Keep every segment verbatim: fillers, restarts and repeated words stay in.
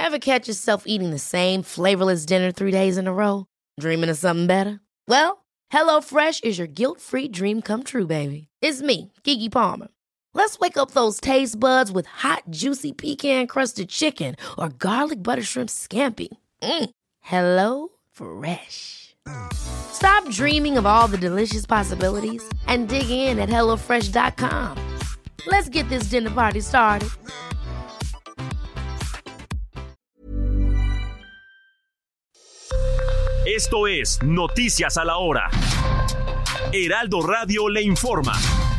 Ever catch yourself eating the same flavorless dinner three days in a row? Dreaming of something better? Well, HelloFresh is your guilt-free dream come true, baby. It's me, Keke Palmer. Let's wake up those taste buds with hot, juicy pecan-crusted chicken or garlic butter shrimp scampi. Mm. Hello Fresh. Stop dreaming of all the delicious possibilities and dig in at hello fresh dot com. Let's get this dinner party started. Esto es Noticias a la Hora. Heraldo Radio le informa.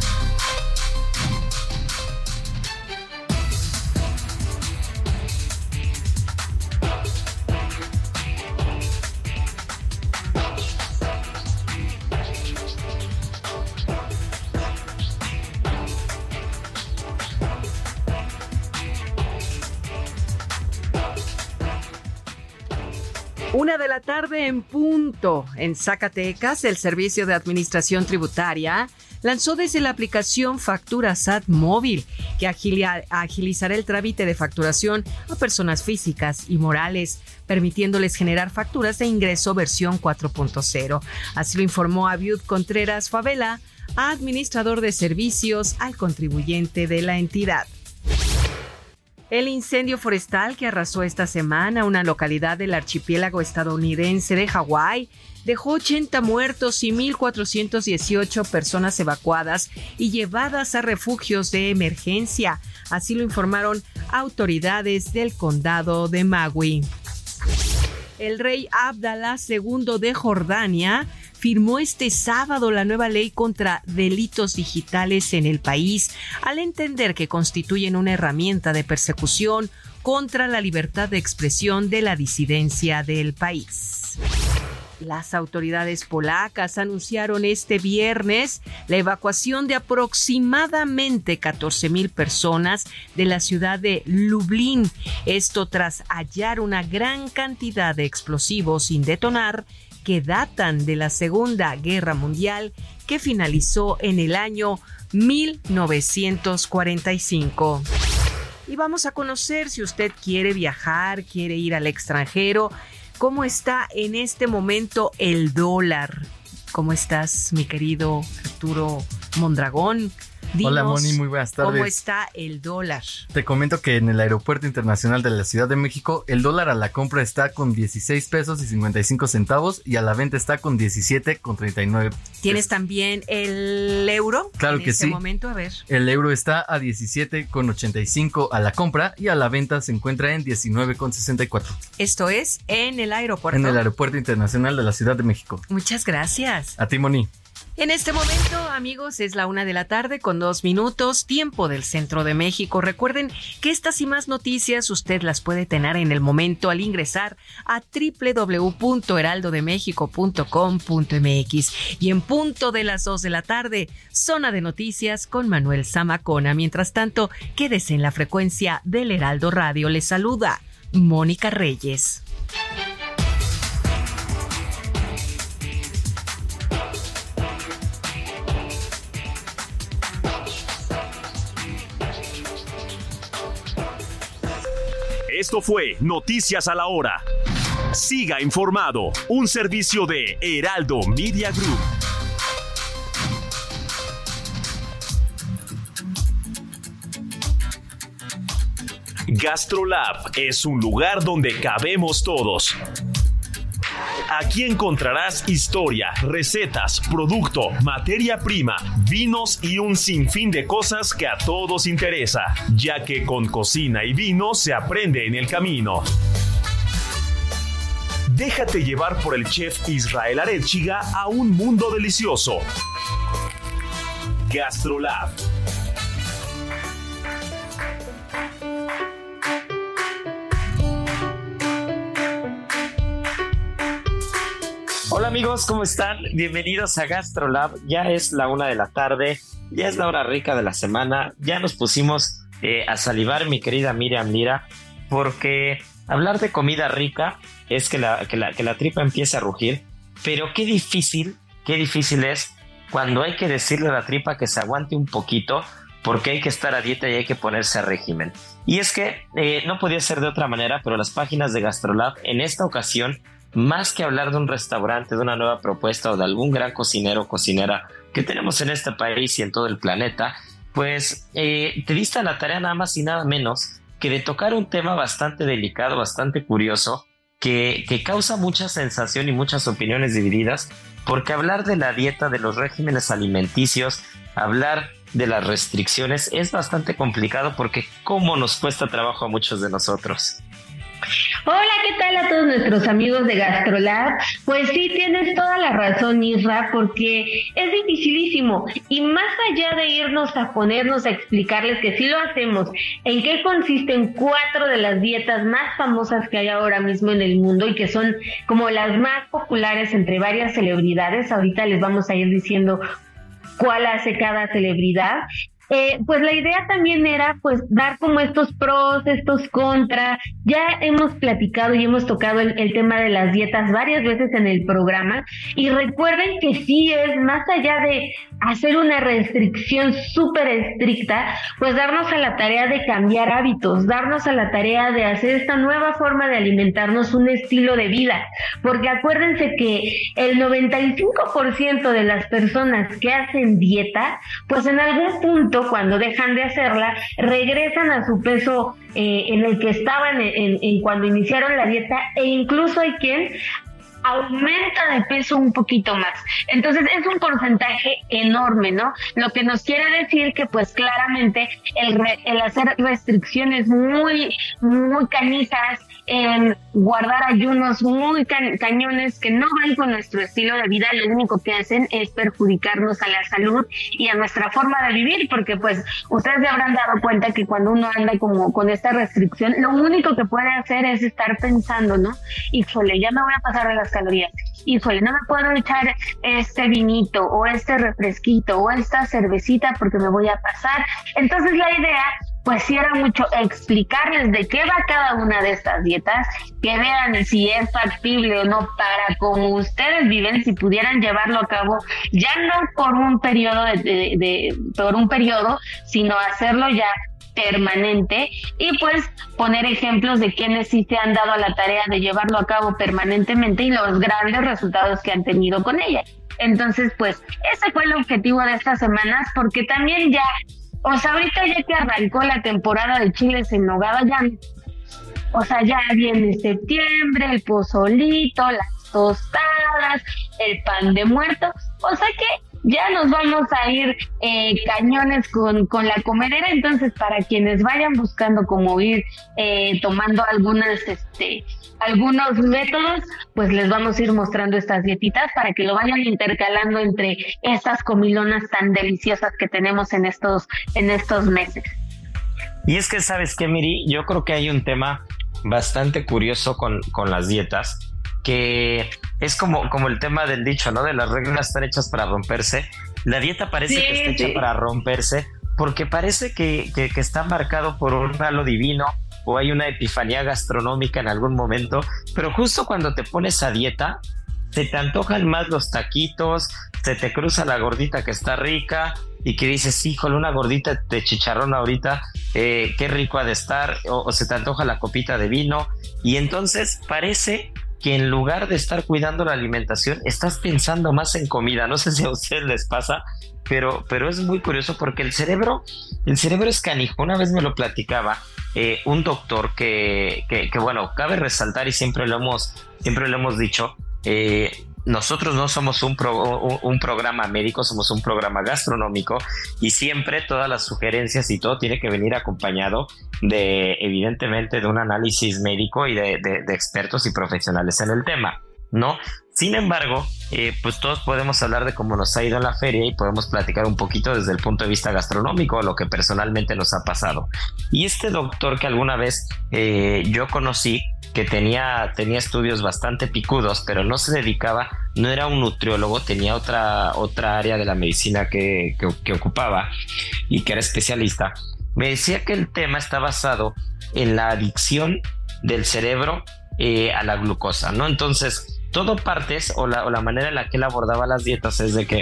Una de la tarde en punto. En Zacatecas, el Servicio de Administración Tributaria lanzó desde la aplicación Factura S A T Móvil, que agilizará el trámite de facturación a personas físicas y morales, permitiéndoles generar facturas de ingreso versión cuatro punto cero. Así lo informó Abiud Contreras Favela, administrador de servicios al contribuyente de la entidad. El incendio forestal que arrasó esta semana una localidad del archipiélago estadounidense de Hawái dejó ochenta muertos y mil cuatrocientas dieciocho personas evacuadas y llevadas a refugios de emergencia. Así lo informaron autoridades del condado de Maui. El rey Abdalá segundo de Jordania firmó este sábado la nueva ley contra delitos digitales en el país, al entender que constituyen una herramienta de persecución contra la libertad de expresión de la disidencia del país. Las autoridades polacas anunciaron este viernes la evacuación de aproximadamente catorce mil personas de la ciudad de Lublin. Esto tras hallar una gran cantidad de explosivos sin detonar que datan de la Segunda Guerra Mundial, que finalizó en el año mil novecientos cuarenta y cinco. Y vamos a conocer, si usted quiere viajar, quiere ir al extranjero, cómo está en este momento el dólar. ¿Cómo estás, mi querido Arturo Mondragón? Dinos, hola, Moni, muy buenas tardes. ¿Cómo está el dólar? Te comento que en el Aeropuerto Internacional de la Ciudad de México, el dólar a la compra está con dieciséis pesos y cincuenta y cinco centavos y a la venta está con diecisiete con treinta y nueve. ¿Tienes también el euro? Claro en que este sí. momento, a ver. El euro está a diecisiete con ochenta y cinco a la compra y a la venta se encuentra en diecinueve con sesenta y cuatro. Esto es en el aeropuerto. En el Aeropuerto Internacional de la Ciudad de México. Muchas gracias. A ti, Moni. En este momento, amigos, es la una de la tarde con dos minutos, tiempo del centro de México. Recuerden que estas y más noticias usted las puede tener en el momento al ingresar a doble u doble u doble u punto heraldo de méxico punto com punto m x. Y en punto de las dos de la tarde, Zona de Noticias con Manuel Zamacona. Mientras tanto, quédese en la frecuencia del Heraldo Radio. Les saluda Mónica Reyes. Esto fue Noticias a la Hora. Siga informado, un servicio de Heraldo Media Group. GastroLab es un lugar donde cabemos todos. Aquí encontrarás historia, recetas, producto, materia prima, vinos y un sinfín de cosas que a todos interesa, ya que con cocina y vino se aprende en el camino. Déjate llevar por el chef Israel Arechiga a un mundo delicioso. GastroLab. Hola amigos, ¿cómo están? Bienvenidos a GastroLab. Ya es la una de la tarde, ya es la hora rica de la semana. Ya nos pusimos eh, a salivar, mi querida Miriam Lira, porque hablar de comida rica es que la, que la, que la tripa empiece a rugir. Pero qué difícil, qué difícil es cuando hay que decirle a la tripa que se aguante un poquito, por qué hay que estar a dieta y hay que ponerse a régimen. Y es que eh, no podía ser de otra manera, pero las páginas de GastroLab en esta ocasión, más que hablar de un restaurante, de una nueva propuesta o de algún gran cocinero o cocinera que tenemos en este país y en todo el planeta, pues eh, te diste a la tarea nada más y nada menos que de tocar un tema bastante delicado, bastante curioso, que, que causa mucha sensación y muchas opiniones divididas, porque hablar de la dieta, de los regímenes alimenticios, hablar de las restricciones es bastante complicado, porque cómo nos cuesta trabajo a muchos de nosotros. Hola, ¿qué tal a todos nuestros amigos de GastroLab? Pues sí, tienes toda la razón, Isra, porque es dificilísimo, y más allá de irnos a ponernos a explicarles que sí lo hacemos, en qué consisten cuatro de las dietas más famosas que hay ahora mismo en el mundo y que son como las más populares entre varias celebridades. Ahorita les vamos a ir diciendo cuál hace cada celebridad. Eh, pues la idea también era pues dar como estos pros, estos contras. Ya hemos platicado y hemos tocado el, el tema de las dietas varias veces en el programa, y recuerden que sí es más allá de hacer una restricción súper estricta, pues darnos a la tarea de cambiar hábitos, darnos a la tarea de hacer esta nueva forma de alimentarnos, un estilo de vida, porque acuérdense que el noventa y cinco por ciento de las personas que hacen dieta, pues en algún punto cuando dejan de hacerla, regresan a su peso eh, en el que estaban en, en, en cuando iniciaron la dieta, e incluso hay quien aumenta de peso un poquito más. Entonces es un porcentaje enorme, ¿no? Lo que nos quiere decir que pues claramente el, re, el hacer restricciones muy, muy canijas, en guardar ayunos muy ca- cañones que no van con nuestro estilo de vida, lo único que hacen es perjudicarnos a la salud y a nuestra forma de vivir, porque pues ustedes se habrán dado cuenta que cuando uno anda como con esta restricción, lo único que puede hacer es estar pensando, ¿no? Híjole, ya me voy a pasar de las calorías, híjole, no me puedo echar este vinito o este refresquito o esta cervecita porque me voy a pasar. Entonces la idea pues sí era mucho explicarles de qué va cada una de estas dietas, que vean si es factible o no para como ustedes viven, si pudieran llevarlo a cabo, ya no por un periodo de, de, de por un periodo, sino hacerlo ya permanente, y pues poner ejemplos de quienes sí se han dado a la tarea de llevarlo a cabo permanentemente y los grandes resultados que han tenido con ella. Entonces pues ese fue el objetivo de estas semanas, porque también ya, o sea, ahorita ya que arrancó la temporada de chiles en nogada, ya, o sea, ya viene septiembre, el pozolito, las tostadas, el pan de muerto, o sea que ya nos vamos a ir eh, cañones con, con la comedera. Entonces para quienes vayan buscando como ir eh, tomando algunas, este, algunos métodos, pues les vamos a ir mostrando estas dietitas para que lo vayan intercalando entre estas comilonas tan deliciosas que tenemos en estos, en estos meses. Y es que, ¿sabes qué, Miri? Yo creo que hay un tema bastante curioso con, con las dietas, que es como, como el tema del dicho, ¿no? De las reglas están hechas para romperse. La dieta parece sí, que está hecha sí. para romperse, porque parece que, que, que está marcado por un halo divino, o hay una epifanía gastronómica en algún momento, pero justo cuando te pones a dieta, se te antojan más los taquitos, se te cruza la gordita que está rica, y que dices, híjole, una gordita de chicharrón ahorita, eh, qué rico ha de estar, o, o se te antoja la copita de vino, y entonces parece que en lugar de estar cuidando la alimentación, estás pensando más en comida. No sé si a ustedes les pasa, pero, pero es muy curioso, porque el cerebro, el cerebro es canijo. Una vez me lo platicaba eh, un doctor que, que, que, bueno, cabe resaltar, y siempre lo hemos, siempre lo hemos dicho, eh, nosotros no somos un, pro, un, un programa médico, somos un programa gastronómico, y siempre todas las sugerencias y todo tiene que venir acompañado de, evidentemente, de un análisis médico y de, de, de expertos y profesionales en el tema, ¿no? Sin embargo, eh, pues todos podemos hablar de cómo nos ha ido en la feria y podemos platicar un poquito desde el punto de vista gastronómico, lo que personalmente nos ha pasado. Y este doctor que alguna vez eh, yo conocí, que tenía, tenía estudios bastante picudos, pero no se dedicaba, no era un nutriólogo, tenía otra, otra área de la medicina que, que, que ocupaba y que era especialista, me decía que el tema está basado en la adicción del cerebro eh, a la glucosa, ¿no? Entonces, todo partes, o la, o la manera en la que él abordaba las dietas es de que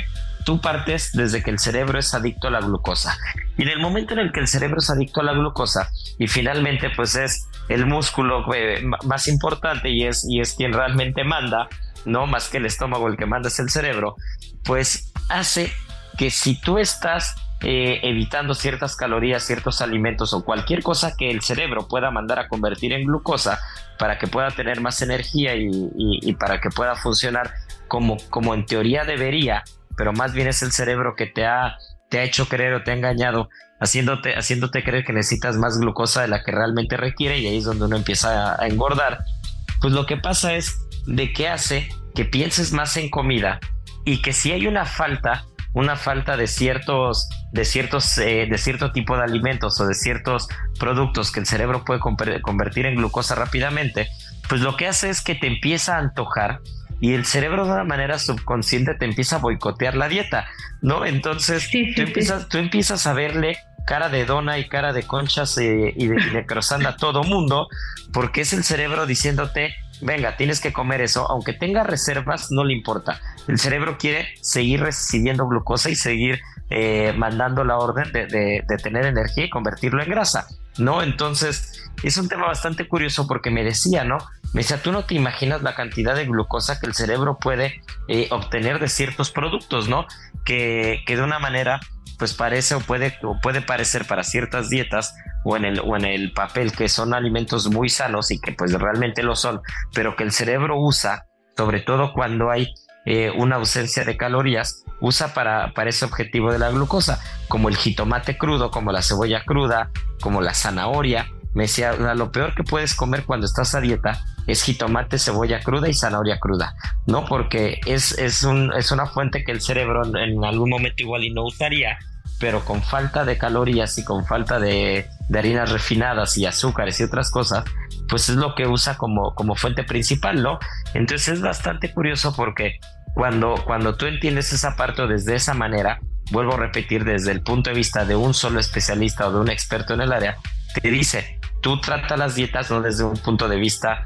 tú partes desde que el cerebro es adicto a la glucosa. Y en el momento en el que el cerebro es adicto a la glucosa y finalmente pues es el músculo eh, más importante y es, y es quien realmente manda, no más que el estómago, el que manda es el cerebro, pues hace que si tú estás eh, evitando ciertas calorías, ciertos alimentos o cualquier cosa que el cerebro pueda mandar a convertir en glucosa para que pueda tener más energía y, y, y para que pueda funcionar como, como en teoría debería, pero más bien es el cerebro que te ha, te ha hecho creer o te ha engañado, haciéndote, haciéndote creer que necesitas más glucosa de la que realmente requiere, y ahí es donde uno empieza a, a engordar. Pues lo que pasa es de que hace que pienses más en comida y que si hay una falta, una falta de ciertos, de ciertos, eh, de cierto tipo de alimentos o de ciertos productos que el cerebro puede convertir en glucosa rápidamente, pues lo que hace es que te empieza a antojar y el cerebro de una manera subconsciente te empieza a boicotear la dieta, ¿no? Entonces sí, sí, tú, empiezas, sí. tú empiezas a verle cara de dona y cara de conchas eh, y de, de croissant a todo mundo, porque es el cerebro diciéndote, venga, tienes que comer eso, aunque tenga reservas, no le importa. El cerebro quiere seguir recibiendo glucosa y seguir eh, mandando la orden de, de, de tener energía y convertirlo en grasa, ¿no? Entonces es un tema bastante curioso porque me decía, ¿no? Me decía, tú no te imaginas la cantidad de glucosa que el cerebro puede eh, obtener de ciertos productos, ¿no? Que, que de una manera pues parece o puede, o puede parecer para ciertas dietas o en el, o en el papel que son alimentos muy sanos y que pues realmente lo son, pero que el cerebro usa, sobre todo cuando hay eh, una ausencia de calorías, usa para, para ese objetivo de la glucosa, como el jitomate crudo, como la cebolla cruda, como la zanahoria. Me decía, lo peor que puedes comer cuando estás a dieta es jitomate, cebolla cruda y zanahoria cruda, ¿no? Porque es, es, un, es una fuente que el cerebro en, en algún momento igual y no usaría, pero con falta de calorías y con falta de, de harinas refinadas y azúcares y otras cosas, pues es lo que usa como, como fuente principal, ¿no? Entonces es bastante curioso porque cuando, cuando tú entiendes esa parte desde esa manera, vuelvo a repetir, desde el punto de vista de un solo especialista o de un experto en el área, te dice, tú trata las dietas no desde un punto de vista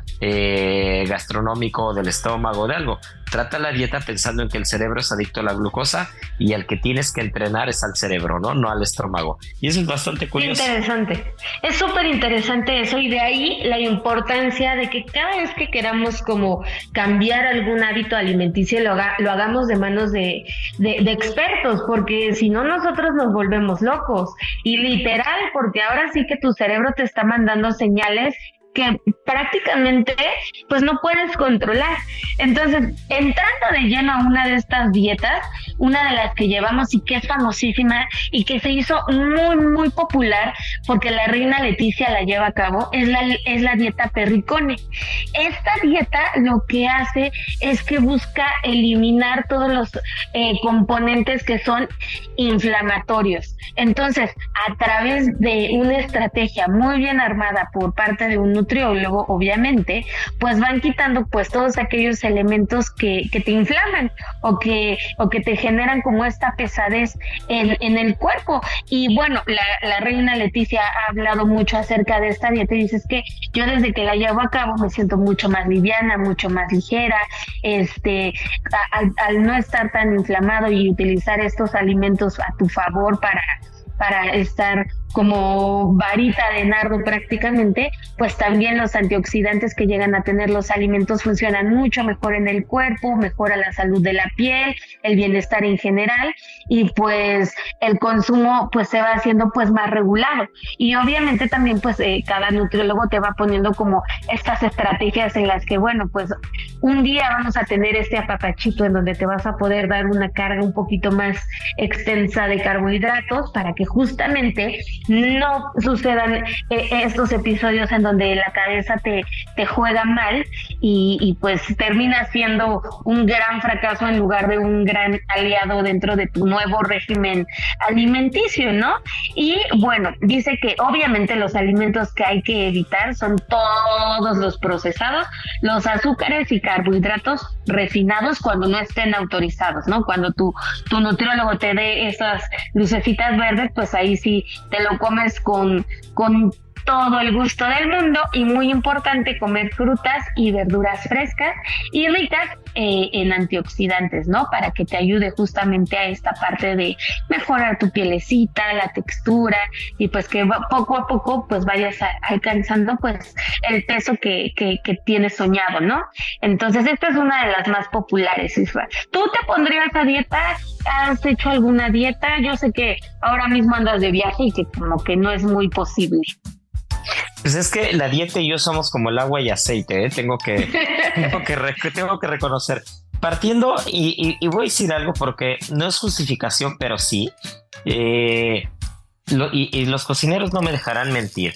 eh, gastronómico, del estómago, de algo. Trata la dieta pensando en que el cerebro es adicto a la glucosa y al que tienes que entrenar es al cerebro, ¿no? No al estómago. Y eso es bastante curioso. Interesante. Es súper interesante eso, y de ahí la importancia de que cada vez que queramos como cambiar algún hábito alimenticio lo, haga, lo hagamos de manos de, de, de expertos, porque si no nosotros nos volvemos locos. Y literal, porque ahora sí que tu cerebro te está mandando señales que prácticamente pues no puedes controlar. Entonces, entrando de lleno a una de estas dietas, una de las que llevamos y que es famosísima y que se hizo muy muy popular porque la reina Leticia la lleva a cabo, es la, es la dieta Perricone. Esta dieta lo que hace es que busca eliminar todos los eh, componentes que son inflamatorios. Entonces, a través de una estrategia muy bien armada por parte de un nutriólogo, obviamente, pues van quitando pues todos aquellos elementos que, que te inflaman o que, o que te generan como esta pesadez en, en el cuerpo. Y bueno, la, la reina Leticia ha hablado mucho acerca de esta dieta y dice, es que yo desde que la llevo a cabo me siento mucho más liviana, mucho más ligera, este, a, al, al no estar tan inflamado y utilizar estos alimentos a tu favor para para estar como varita de nardo prácticamente, pues también los antioxidantes que llegan a tener los alimentos funcionan mucho mejor en el cuerpo, mejora la salud de la piel, el bienestar en general, y pues el consumo pues se va haciendo pues más regulado. Y obviamente también pues eh, cada nutriólogo te va poniendo como estas estrategias en las que bueno, pues un día vamos a tener este apapachito en donde te vas a poder dar una carga un poquito más extensa de carbohidratos para que justamente no sucedan eh, estos episodios en donde la cabeza te, te juega mal y, y pues termina siendo un gran fracaso en lugar de un gran aliado dentro de tu nuevo régimen alimenticio, ¿no? Y bueno, dice que obviamente los alimentos que hay que evitar son todos los procesados, los azúcares y carbohidratos refinados cuando no estén autorizados, ¿no? Cuando tu, tu nutriólogo te dé esas lucecitas verdes, pues ahí sí te lo comes con, con todo el gusto del mundo y muy importante comer frutas y verduras frescas y ricas eh, en antioxidantes, ¿no? Para que te ayude justamente a esta parte de mejorar tu pielecita, la textura y pues que poco a poco pues vayas a, alcanzando pues el peso que, que, que tienes soñado, ¿no? Entonces esta es una de las más populares, Isra. ¿Tú te pondrías a dieta? ¿Has hecho alguna dieta? Yo sé que ahora mismo andas de viaje y que como que no es muy posible. Pues es que la dieta y yo somos como el agua y aceite, ¿eh? Tengo que, tengo que, re- tengo que reconocer. Partiendo, y, y, y voy a decir algo porque no es justificación, pero sí. Eh, lo, y, y los cocineros no me dejarán mentir.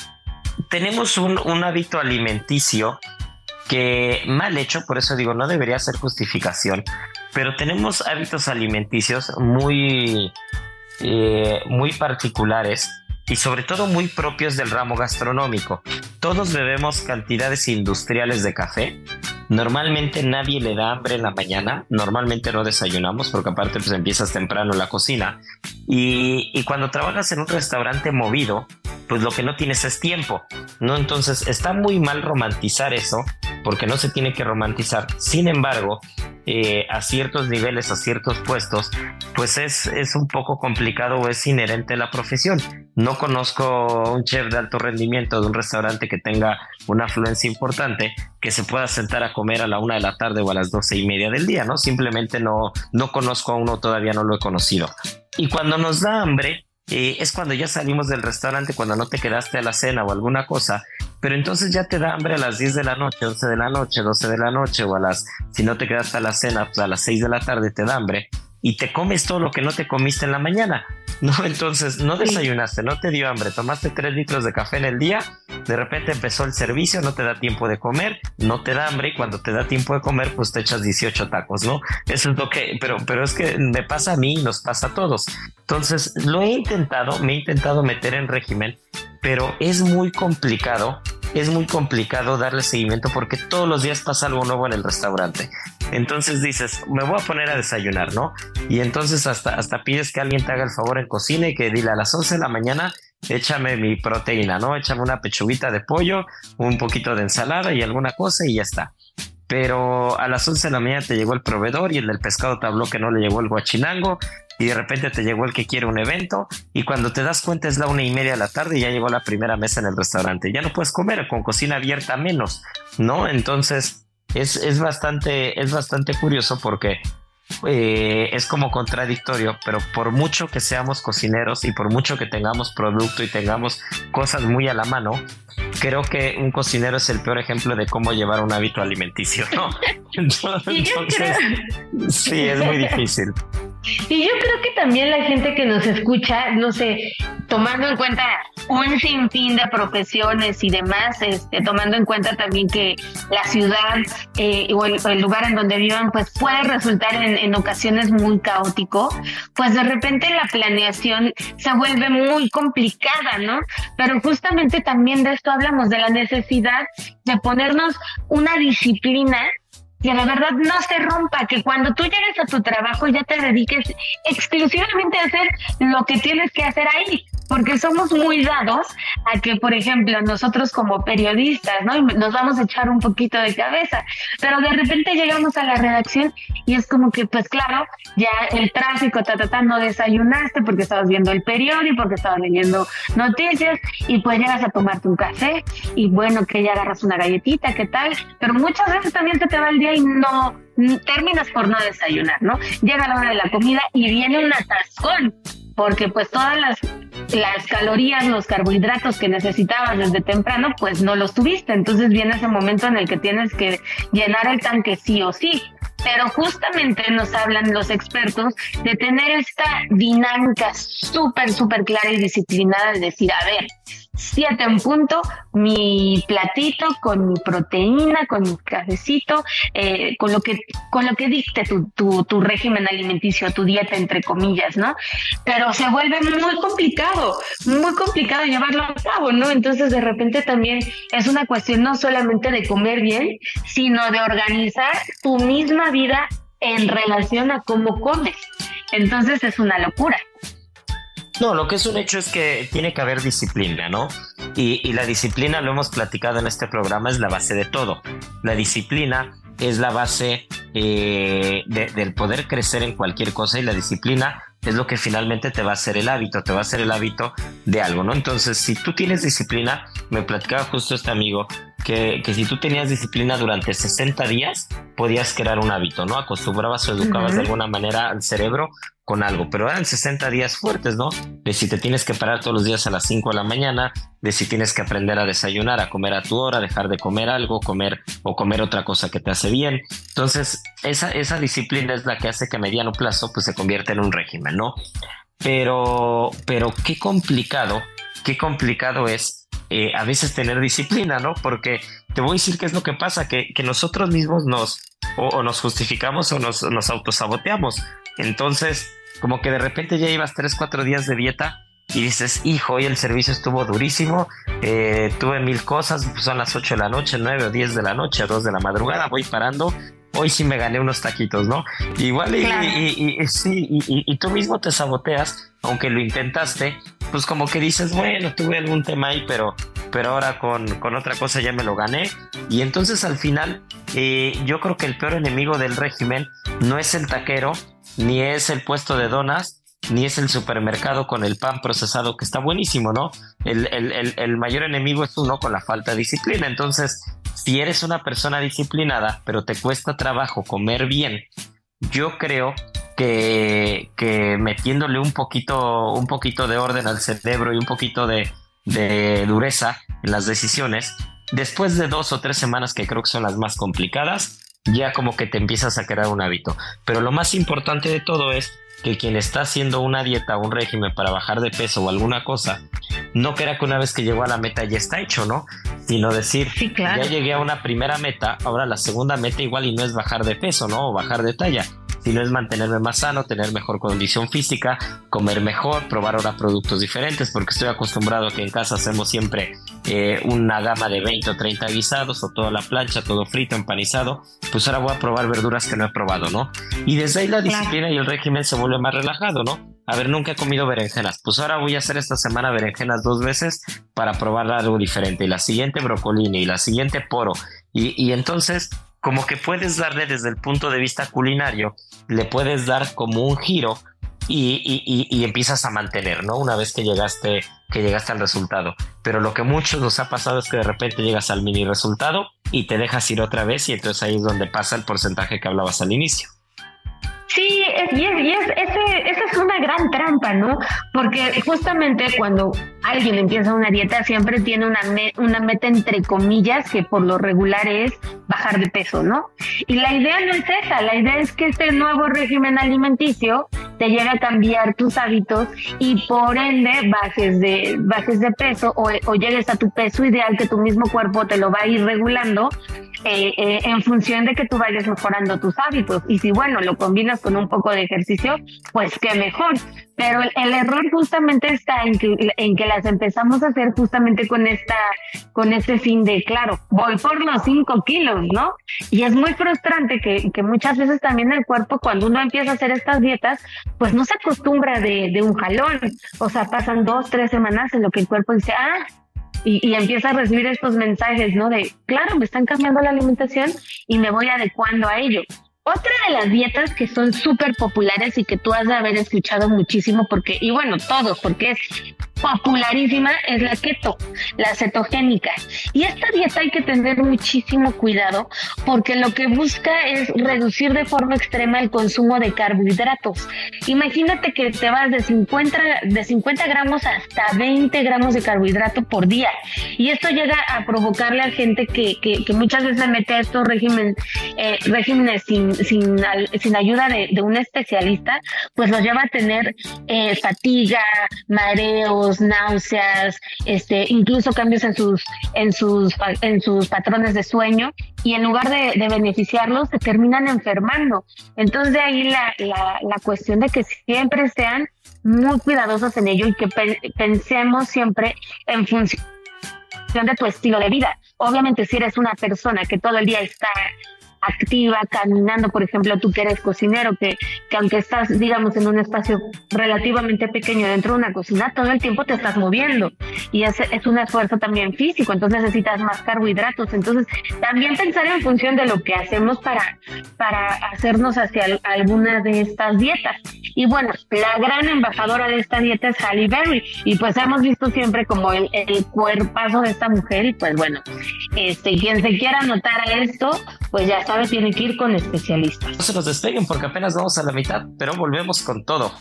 Tenemos un, un hábito alimenticio que mal hecho, por eso digo, no debería ser justificación, pero tenemos hábitos alimenticios muy, eh, muy particulares y sobre todo muy propios del ramo gastronómico. Todos bebemos cantidades industriales de café. Normalmente nadie le da hambre en la mañana, normalmente no desayunamos porque aparte pues empiezas temprano en la cocina y, y cuando trabajas en un restaurante movido, pues lo que no tienes es tiempo, ¿no? Entonces está muy mal romantizar eso porque no se tiene que romantizar. Sin embargo, eh, a ciertos niveles, a ciertos puestos, pues es, es un poco complicado o es inherente a la profesión. No conozco un chef de alto rendimiento de un restaurante que tenga una afluencia importante que se pueda sentar a comer a la una de la tarde o a las doce y media del día, ¿no? Simplemente no, no conozco a uno, todavía no lo he conocido. Y cuando nos da hambre, eh, es cuando ya salimos del restaurante, cuando no te quedaste a la cena o alguna cosa, pero entonces ya te da hambre a las diez de la noche, once de la noche, doce de la noche o a las, si no te quedaste a la cena, pues a las seis de la tarde te da hambre y te comes todo lo que no te comiste en la mañana, ¿no? Entonces no desayunaste, no te dio hambre, tomaste tres litros de café en el día, de repente empezó el servicio, no te da tiempo de comer, no te da hambre y cuando te da tiempo de comer pues te echas dieciocho tacos, ¿no? Eso es lo que, pero, pero es que me pasa a mí y nos pasa a todos. Entonces lo he intentado, me he intentado meter en régimen, pero es muy complicado, es muy complicado darle seguimiento porque todos los días pasa algo nuevo en el restaurante. Entonces dices, me voy a poner a desayunar, ¿no? Y entonces hasta, hasta pides que alguien te haga el favor en cocina y que dile a las once de la mañana, échame mi proteína, ¿no? Échame una pechuguita de pollo, un poquito de ensalada y alguna cosa y ya está. Pero a las once de la mañana te llegó el proveedor y el del pescado te habló que no le llegó el guachinango y de repente te llegó el que quiere un evento y cuando te das cuenta es la una y media de la tarde y ya llegó la primera mesa en el restaurante. Ya no puedes comer, con cocina abierta menos, ¿no? Entonces es, es, bastante, es bastante curioso porque eh, es como contradictorio, pero por mucho que seamos cocineros y por mucho que tengamos producto y tengamos cosas muy a la mano, creo que un cocinero es el peor ejemplo de cómo llevar un hábito alimenticio, ¿no? Entonces, sí, es muy difícil. Y yo creo que también la gente que nos escucha, no sé, tomando en cuenta un sinfín de profesiones y demás, este, tomando en cuenta también que la ciudad eh, o, el, o el lugar en donde vivan, pues puede resultar en, en ocasiones muy caótico, pues de repente la planeación se vuelve muy complicada, ¿no? Pero justamente también de esto hablamos, de la necesidad de ponernos una disciplina que de verdad no se rompa, que cuando tú llegues a tu trabajo ya te dediques exclusivamente a hacer lo que tienes que hacer ahí, porque somos muy dados a que, por ejemplo, nosotros como periodistas, ¿no? Nos vamos a echar un poquito de cabeza, pero de repente llegamos a la redacción y es como que, pues claro, ya el tráfico, ta, ta, ta, no desayunaste porque estabas viendo el periódico, porque estabas leyendo noticias y pues llegas a tomarte un café y bueno, que ya agarras una galletita, ¿qué tal? Pero muchas veces también se te va el día y no terminas por no desayunar, ¿no? Llega la hora de la comida y viene un atascón, porque pues todas las, las calorías, los carbohidratos que necesitabas desde temprano, pues no los tuviste. Entonces viene ese momento en el que tienes que llenar el tanque sí o sí. Pero justamente nos hablan los expertos de tener esta dinámica súper, súper clara y disciplinada de decir, a ver, siete en punto, mi platito con mi proteína, con mi cafecito, eh, con lo que con lo que dicte tu, tu, tu régimen alimenticio, tu dieta, entre comillas, ¿no? Pero se vuelve muy complicado, muy complicado llevarlo a cabo, ¿no? Entonces, de repente también es una cuestión no solamente de comer bien, sino de organizar tu misma vida en relación a cómo comes. Entonces, es una locura. No, lo que es un hecho es que tiene que haber disciplina, ¿no? Y, y la disciplina, lo hemos platicado en este programa, es la base de todo. La disciplina es la base eh, de, del poder crecer en cualquier cosa, y la disciplina es lo que finalmente te va a hacer el hábito, te va a hacer el hábito de algo, ¿no? Entonces, si tú tienes disciplina, me platicaba justo este amigo, que, que si tú tenías disciplina durante sesenta días, podías crear un hábito, ¿no? Acostumbrabas o educabas uh-huh. de alguna manera al cerebro con algo, pero eran sesenta días fuertes, ¿no? De si te tienes que parar todos los días a las cinco de la mañana, de si tienes que aprender a desayunar, a comer a tu hora, dejar de comer algo, comer o comer otra cosa que te hace bien. Entonces, esa, esa disciplina es la que hace que a mediano plazo pues se convierta en un régimen, ¿no? Pero, pero qué complicado, qué complicado es eh, a veces tener disciplina, ¿no? Porque te voy a decir qué es lo que pasa, que, que nosotros mismos nos, o, o nos justificamos o nos, nos autosaboteamos. Entonces, como que de repente ya llevas tres, cuatro días de dieta y dices, hijo, hoy el servicio estuvo durísimo, eh, tuve mil cosas, pues son las ocho de la noche, nueve o diez de la noche, dos de la madrugada, voy parando, hoy sí me gané unos taquitos, ¿no? Igual y, claro. y, y, y, sí, y, y, y tú mismo te saboteas, aunque lo intentaste, pues como que dices, bueno, tuve algún tema ahí, pero, pero ahora con, con otra cosa ya me lo gané. Y entonces al final, eh, yo creo que el peor enemigo del régimen no es el taquero, ni es el puesto de donas, ni es el supermercado con el pan procesado, que está buenísimo, ¿no? El, el, el, el mayor enemigo es uno con la falta de disciplina. Entonces, si eres una persona disciplinada, pero te cuesta trabajo comer bien, yo creo que, que metiéndole un poquito, un poquito de orden al cerebro y un poquito de, de dureza en las decisiones, después de dos o tres semanas, que creo que son las más complicadas, ya como que te empiezas a crear un hábito. Pero lo más importante de todo es que quien está haciendo una dieta o un régimen para bajar de peso o alguna cosa, no crea que una vez que llegó a la meta ya está hecho, ¿no? Sino decir, sí, claro, ya llegué a una primera meta, ahora la segunda meta igual y no es bajar de peso, ¿no? O bajar de talla, sino es mantenerme más sano, tener mejor condición física, comer mejor, probar ahora productos diferentes, porque estoy acostumbrado a que en casa hacemos siempre eh, una gama de veinte o treinta guisados, o todo a la plancha, todo frito, empanizado. Pues ahora voy a probar verduras que no he probado, ¿no? Y desde ahí la disciplina claro. y el régimen se vuelve más relajado, ¿no? A ver, nunca he comido berenjenas, pues ahora voy a hacer esta semana berenjenas dos veces para probar algo diferente, y la siguiente brocolini, y la siguiente poro, y, y entonces como que puedes darle desde el punto de vista culinario, le puedes dar como un giro y, y, y, y empiezas a mantener, ¿no? Una vez que llegaste, que llegaste al resultado. Pero lo que a muchos nos ha pasado es que de repente llegas al mini resultado y te dejas ir otra vez, y entonces ahí es donde pasa el porcentaje que hablabas al inicio. Sí, es, y, es, y es, ese, esa es una gran trampa, ¿no? Porque justamente cuando alguien empieza una dieta siempre tiene una, me, una meta entre comillas que por lo regular es bajar de peso, ¿no? Y la idea no es esa, la idea es que este nuevo régimen alimenticio te llegue a cambiar tus hábitos y por ende bajes de, bajes de peso o, o llegues a tu peso ideal, que tu mismo cuerpo te lo va a ir regulando eh, eh, en función de que tú vayas mejorando tus hábitos. Y si, bueno, lo combinas con un poco de ejercicio, pues qué mejor. Pero el, el error justamente está en que, en que las empezamos a hacer justamente con esta, con este fin de, claro, voy por los cinco kilos, ¿no? Y es muy frustrante que, que muchas veces también el cuerpo, cuando uno empieza a hacer estas dietas, pues no se acostumbra de, de un jalón. O sea, pasan dos, tres semanas en lo que el cuerpo dice, ah, y, y empieza a recibir estos mensajes, ¿no? De, claro, me están cambiando la alimentación y me voy adecuando a ello. Otra de las dietas que son súper populares y que tú has de haber escuchado muchísimo, porque, y bueno, todos, porque es popularísima, es la keto, la cetogénica. Y esta dieta hay que tener muchísimo cuidado porque lo que busca es reducir de forma extrema el consumo de carbohidratos. Imagínate que te vas de cincuenta, de cincuenta gramos hasta veinte gramos de carbohidrato por día. Y esto llega a provocarle a gente que, que, que muchas veces se mete a estos régimen, eh, regímenes sin, sin, sin ayuda de, de un especialista, pues los lleva a tener eh, fatiga, mareos, náuseas, este, incluso cambios en sus, en sus, en sus patrones de sueño, y en lugar de, de beneficiarlos, se terminan enfermando. Entonces de ahí la, la, la cuestión de que siempre sean muy cuidadosos en ello y que pe- pensemos siempre en función de tu estilo de vida. Obviamente, si eres una persona que todo el día está activa, caminando, por ejemplo, tú que eres cocinero, que, que aunque estás, digamos, en un espacio relativamente pequeño dentro de una cocina, todo el tiempo te estás moviendo y es, es un esfuerzo también físico, entonces necesitas más carbohidratos. Entonces, también pensar en función de lo que hacemos para, para hacernos hacia alguna de estas dietas. Y bueno, la gran embajadora de esta dieta es Halle Berry, y pues hemos visto siempre como el, el cuerpazo de esta mujer, y pues bueno, este, quien se quiera anotar a esto, pues ya sabe, tiene que ir con especialistas. No se nos despeguen porque apenas vamos a la mitad, pero volvemos con todo.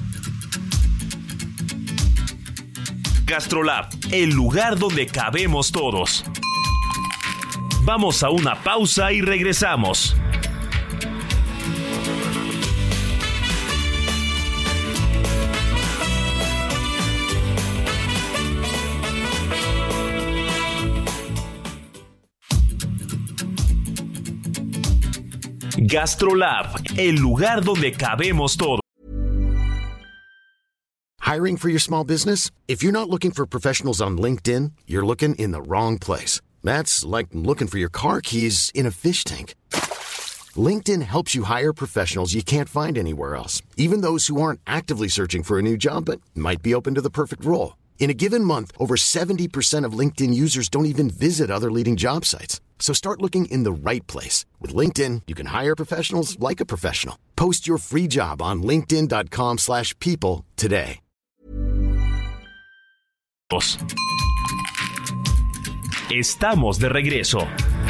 GastroLab, el lugar donde cabemos todos. Vamos a una pausa y regresamos. GastroLab, el lugar donde cabemos todos. Hiring for your small business? If you're not looking for professionals on LinkedIn, you're looking in the wrong place. That's like looking for your car keys in a fish tank. LinkedIn helps you hire professionals you can't find anywhere else, even those who aren't actively searching for a new job but might be open to the perfect role. In a given month, over seventy percent of LinkedIn users don't even visit other leading job sites. So start looking in the right place. With LinkedIn, you can hire professionals like a professional. Post your free job on linkedin dot com slash people today. Estamos de regreso.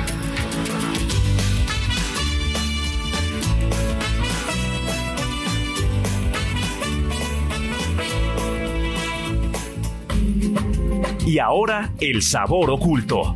Y ahora, el sabor oculto.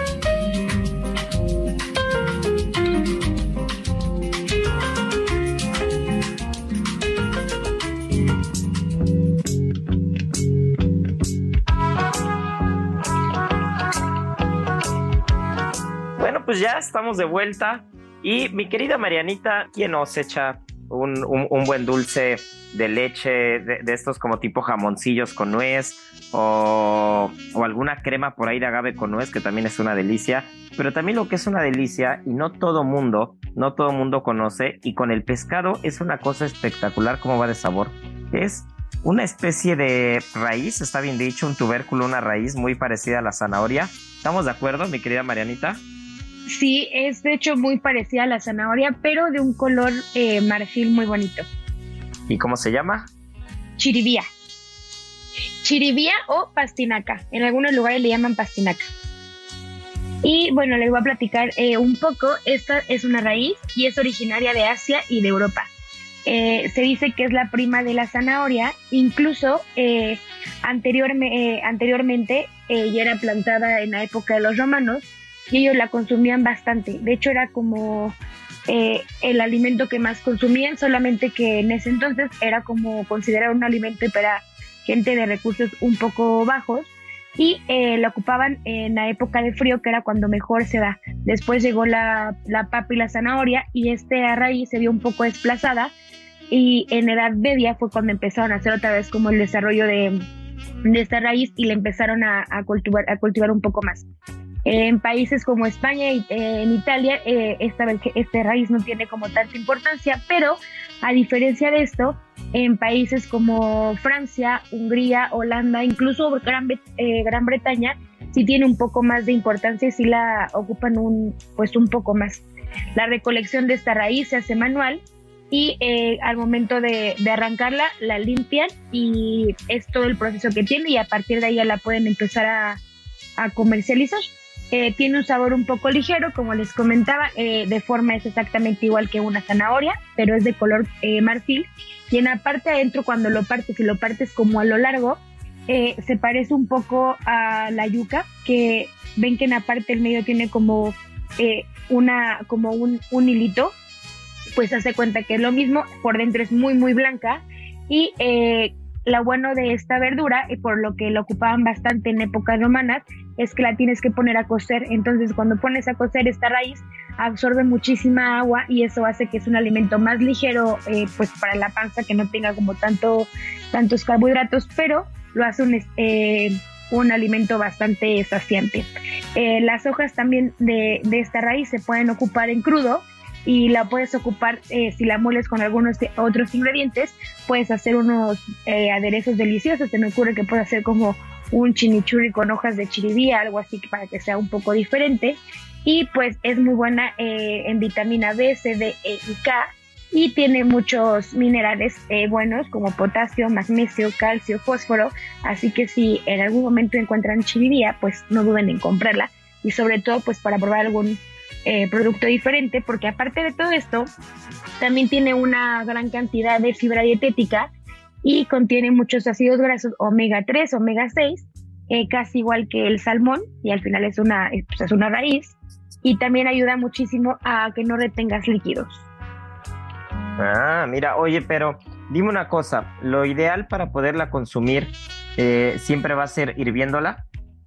Bueno, pues ya estamos de vuelta. Y mi querida Marianita, ¿quién nos echa un, un, un buen dulce de leche, de, de estos como tipo jamoncillos con nuez, o, o alguna crema por ahí de agave con nuez, que también es una delicia? Pero también lo que es una delicia, y no todo mundo, no todo mundo conoce, y con el pescado es una cosa espectacular cómo va de sabor. Es una especie de raíz, está bien dicho, un tubérculo, una raíz muy parecida a la zanahoria. ¿Estamos de acuerdo, mi querida Marianita? Sí, es de hecho muy parecida a la zanahoria, pero de un color eh, marfil muy bonito. ¿Y cómo se llama? Chiribía. Chiribía o pastinaca. En algunos lugares le llaman pastinaca. Y bueno, les voy a platicar eh, un poco. Esta es una raíz y es originaria de Asia y de Europa. Eh, se dice que es la prima de la zanahoria. Incluso eh, anterior, eh, anteriormente eh, ya era plantada en la época de los romanos y ellos la consumían bastante. De hecho, era como eh, el alimento que más consumían, solamente que en ese entonces era como considerado un alimento para gente de recursos un poco bajos, y eh, la ocupaban en la época de frío, que era cuando mejor se da. Después llegó la, la papa y la zanahoria, y esta raíz se vio un poco desplazada, y en Edad Media fue cuando empezaron a hacer otra vez como el desarrollo de, de esta raíz, y la empezaron a, a, cultivar, a cultivar un poco más. En países como España y eh, en Italia, eh, esta, esta raíz no tiene como tanta importancia, pero a diferencia de esto, en países como Francia, Hungría, Holanda, incluso Gran, eh, Gran Bretaña, sí tiene un poco más de importancia y sí la ocupan un, pues un poco más. La recolección de esta raíz se hace manual, y eh, al momento de, de arrancarla, la limpian, y es todo el proceso que tiene, y a partir de ahí ya la pueden empezar a, a comercializar. Eh, tiene un sabor un poco ligero, como les comentaba, eh, de forma es exactamente igual que una zanahoria, pero es de color eh, marfil, y en la parte adentro, cuando lo partes, y lo partes como a lo largo, eh, se parece un poco a la yuca, que ven que en la parte del medio tiene como, eh, una, como un, un hilito, pues hace cuenta que es lo mismo. Por dentro es muy muy blanca, y eh, lo bueno de esta verdura, y por lo que la ocupaban bastante en épocas romanas, es que la tienes que poner a cocer. Entonces cuando pones a cocer esta raíz, absorbe muchísima agua, y eso hace que es un alimento más ligero, eh, pues para la panza, que no tenga como tanto tantos carbohidratos, pero lo hace un, eh, un alimento bastante saciante. Eh, las hojas también de, de esta raíz se pueden ocupar en crudo y la puedes ocupar eh, si la mueles con algunos otros ingredientes, puedes hacer unos eh, aderezos deliciosos. Se me ocurre que puedes hacer como un chimichurri con hojas de chiribía, algo así para que sea un poco diferente. Y pues es muy buena eh, en vitamina B, C, D, E y K, y tiene muchos minerales eh, buenos como potasio, magnesio, calcio, fósforo, así que si en algún momento encuentran chiribía, pues no duden en comprarla, y sobre todo pues para probar algún eh, producto diferente, porque aparte de todo esto, también tiene una gran cantidad de fibra dietética y contiene muchos ácidos grasos omega tres, omega seis, eh, casi igual que el salmón, y al final es una, pues es una raíz, y también ayuda muchísimo a que no retengas líquidos. Ah, mira, oye, pero dime una cosa, ¿lo ideal para poderla consumir eh, siempre va a ser hirviéndola?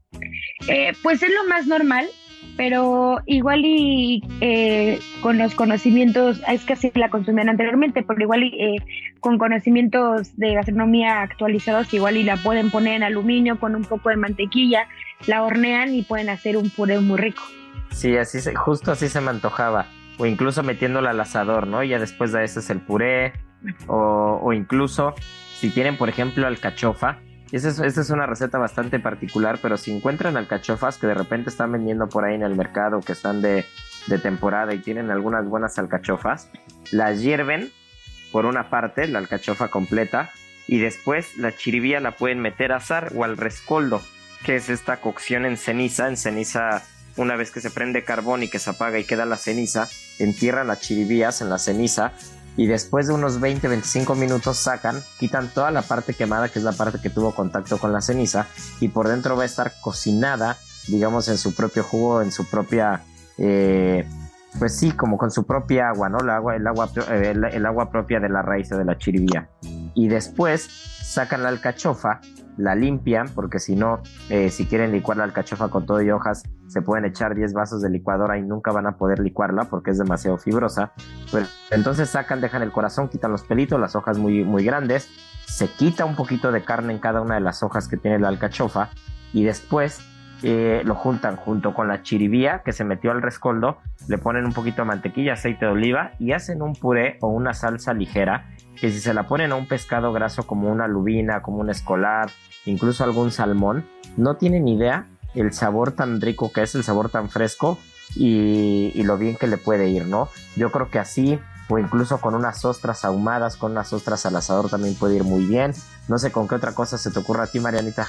Eh, pues es lo más normal, pero igual y eh, con los conocimientos, es que así la consumían anteriormente, pero igual y eh, con conocimientos de gastronomía actualizados, igual y la pueden poner en aluminio con un poco de mantequilla, la hornean y pueden hacer un puré muy rico. Sí, así se, justo así se me antojaba. O incluso metiéndola al asador, ¿no? Ya después de eso es el puré. O, o incluso, si tienen, por ejemplo, alcachofa. Esa es, esa es una receta bastante particular, pero si encuentran alcachofas que de repente están vendiendo por ahí en el mercado, que están de, de temporada y tienen algunas buenas alcachofas, las hierven por una parte, la alcachofa completa, y después la chiribía la pueden meter a asar o al rescoldo, que es esta cocción en ceniza, en ceniza. Una vez que se prende carbón y que se apaga y queda la ceniza, entierran las chiribías en la ceniza y después de unos veinte a veinticinco minutos sacan, quitan toda la parte quemada, que es la parte que tuvo contacto con la ceniza, y por dentro va a estar cocinada, digamos, en su propio jugo, en su propia, eh, pues sí, como con su propia agua, ¿no? El agua, el agua, el, el agua propia de la raíz de la chiribía. Y después sacan la alcachofa, la limpian, porque si no, eh, si quieren licuar la alcachofa con todo y hojas, se pueden echar diez vasos de licuadora y nunca van a poder licuarla porque es demasiado fibrosa. Pero entonces sacan, dejan el corazón, quitan los pelitos, las hojas muy, muy grandes, se quita un poquito de carne en cada una de las hojas que tiene la alcachofa y después eh, lo juntan junto con la chiribía que se metió al rescoldo, le ponen un poquito de mantequilla, aceite de oliva y hacen un puré o una salsa ligera que si se la ponen a un pescado graso como una lubina, como un escolar, incluso algún salmón, no tienen idea el sabor tan rico que es, el sabor tan fresco y, y lo bien que le puede ir, ¿no? Yo creo que así, o incluso con unas ostras ahumadas, con unas ostras al asador también puede ir muy bien. No sé con qué otra cosa se te ocurra a ti, Marianita.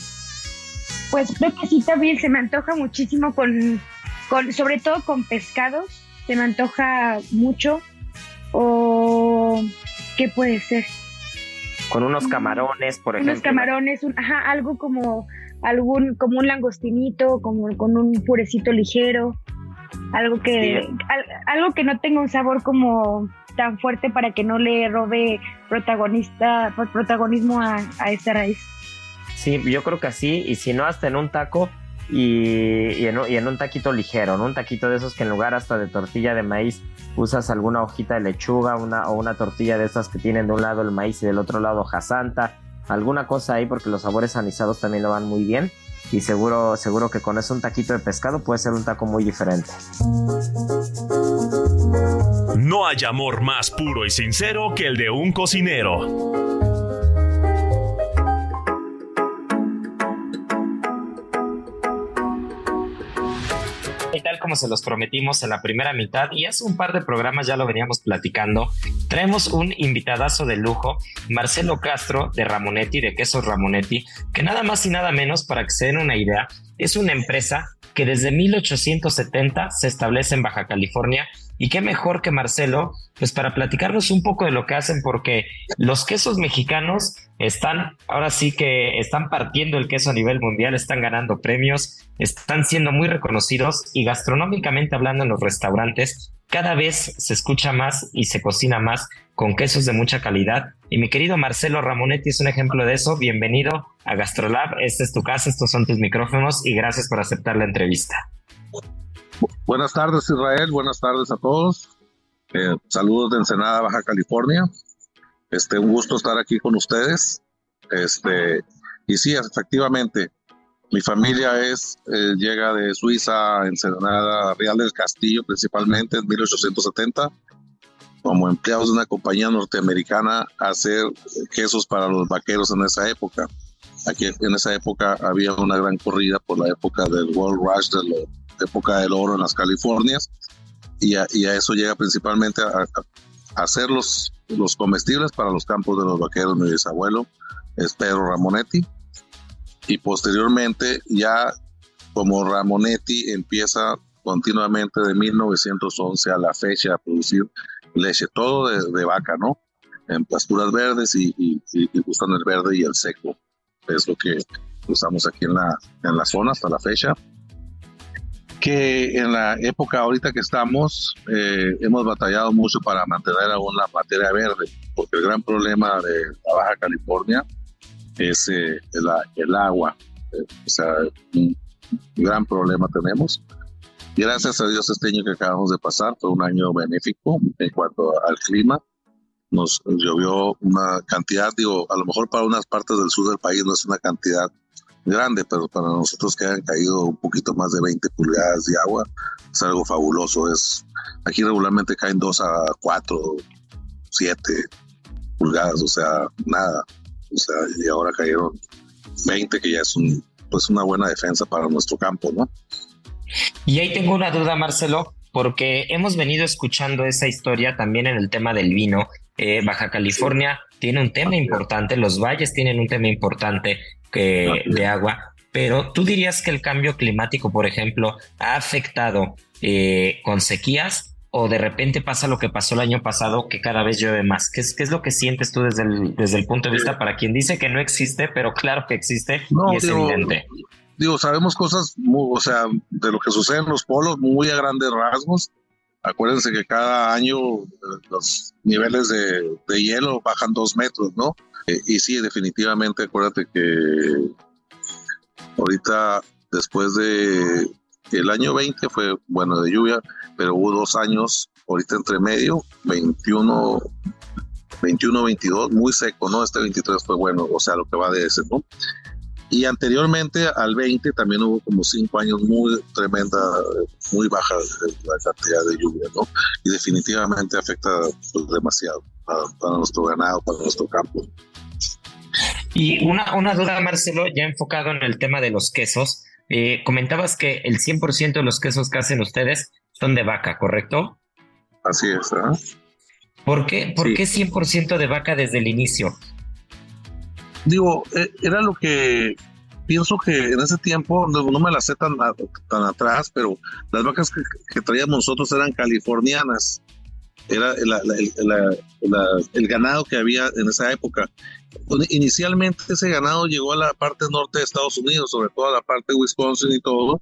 Pues creo que sí, también se me antoja muchísimo con, con sobre todo con pescados, se me antoja mucho. O ¿qué puede ser? Con unos camarones, por ejemplo. Unos camarones, un, ajá, algo como algún como un langostinito, como con un purecito ligero, algo que sí. al, algo que no tenga un sabor como tan fuerte para que no le robe protagonista protagonismo a, a esta raíz. Sí, yo creo que así, y si no hasta en un taco y, y, en, y en un taquito ligero, en un taquito de esos que en lugar hasta de tortilla de maíz usas alguna hojita de lechuga, una o una tortilla de estas que tienen de un lado el maíz y del otro lado hoja santa, alguna cosa ahí, porque los sabores anisados también lo van muy bien y seguro, seguro que con eso un taquito de pescado puede ser un taco muy diferente. No hay amor más puro y sincero que el de un cocinero. Y tal como se los prometimos en la primera mitad y hace un par de programas ya lo veníamos platicando, traemos un invitadazo de lujo, Marcelo Castro de Ramonetti, de Quesos Ramonetti, que nada más y nada menos, para que se den una idea, es una empresa que desde mil ochocientos setenta se establece en Baja California. Y qué mejor que Marcelo, pues para platicarnos un poco de lo que hacen, porque los quesos mexicanos están, ahora sí que están partiendo el queso a nivel mundial, están ganando premios, están siendo muy reconocidos y gastronómicamente hablando en los restaurantes, cada vez se escucha más y se cocina más con quesos de mucha calidad. Y mi querido Marcelo Ramonetti es un ejemplo de eso. Bienvenido a GastroLab, esta es tu casa, estos son tus micrófonos y gracias por aceptar la entrevista. Buenas tardes, Israel, buenas tardes a todos. Eh, saludos de Ensenada, Baja California. Este, un gusto estar aquí con ustedes. Este, y sí, efectivamente, Mi familia es eh, llega de Suiza, Ensenada, Real del Castillo, principalmente en mil ochocientos setenta, como empleados de una compañía norteamericana a hacer quesos para los vaqueros en esa época. Aquí en esa época había una gran corrida por la época del Gold Rush, de la época del oro en las Californias, y a, y a eso llega principalmente a, a hacer los, los comestibles para los campos de los vaqueros. Mi bisabuelo es Pedro Ramonetti, y posteriormente ya como Ramonetti empieza continuamente de mil novecientos once a la fecha a producir leche, todo de, de vaca, ¿no? En pasturas verdes y, y, y usan el verde y el seco. Es lo que usamos aquí en la, en la zona hasta la fecha. Que en la época ahorita que estamos, eh, hemos batallado mucho para mantener aún la materia verde, porque el gran problema de la Baja California es eh, el, el agua. Eh, o sea, un gran problema tenemos. Y gracias a Dios este año que acabamos de pasar fue un año benéfico en cuanto al clima. Nos llovió una cantidad, digo, a lo mejor para unas partes del sur del país no es una cantidad grande, pero para nosotros que han caído un poquito más de veinte pulgadas de agua es algo fabuloso. Es, aquí regularmente caen dos a cuatro, siete pulgadas, o sea, nada. O sea, y ahora cayeron veinte, que ya es un, pues una buena defensa para nuestro campo, ¿no? Y ahí tengo una duda, Marcelo, porque hemos venido escuchando esa historia también en el tema del vino. Eh, Baja California tiene un tema importante, los valles tienen un tema importante eh, de agua, pero ¿tú dirías que el cambio climático, por ejemplo, ha afectado eh, con sequías? ¿O de repente pasa lo que pasó el año pasado, que cada vez llueve más? ¿Qué es, qué es lo que sientes tú desde el, desde el punto de vista para quien dice que no existe, pero claro que existe no, y es digo, evidente? Digo, sabemos cosas, muy, o sea, de lo que sucede en los polos, muy a grandes rasgos. Acuérdense que cada año eh, los niveles de, de hielo bajan dos metros, ¿no? Eh, y sí, definitivamente, acuérdate que ahorita, después de... El año veinte fue bueno de lluvia, pero hubo dos años ahorita entre medio, veintiuno, veintidós, muy seco, ¿no? Este veintitrés fue bueno, o sea, lo que va de ese, ¿no? Y anteriormente al veinte también hubo como cinco años muy tremenda, muy baja la cantidad de lluvia, ¿no? Y definitivamente afecta pues, demasiado para, para nuestro ganado, para nuestro campo. Y una, una duda, Marcelo, ya enfocado en el tema de los quesos. Eh, comentabas que el cien por ciento de los quesos que hacen ustedes son de vaca, ¿correcto? Así es, ¿eh? ¿Por qué, por sí. qué cien por ciento de vaca desde el inicio? Digo, eh, era lo que pienso que en ese tiempo, no, no me la sé tan, tan atrás, pero las vacas que, que traíamos nosotros eran californianas. Era la, la, la, la, el ganado que había en esa época. Inicialmente ese ganado llegó a la parte norte de Estados Unidos, sobre todo a la parte de Wisconsin y todo,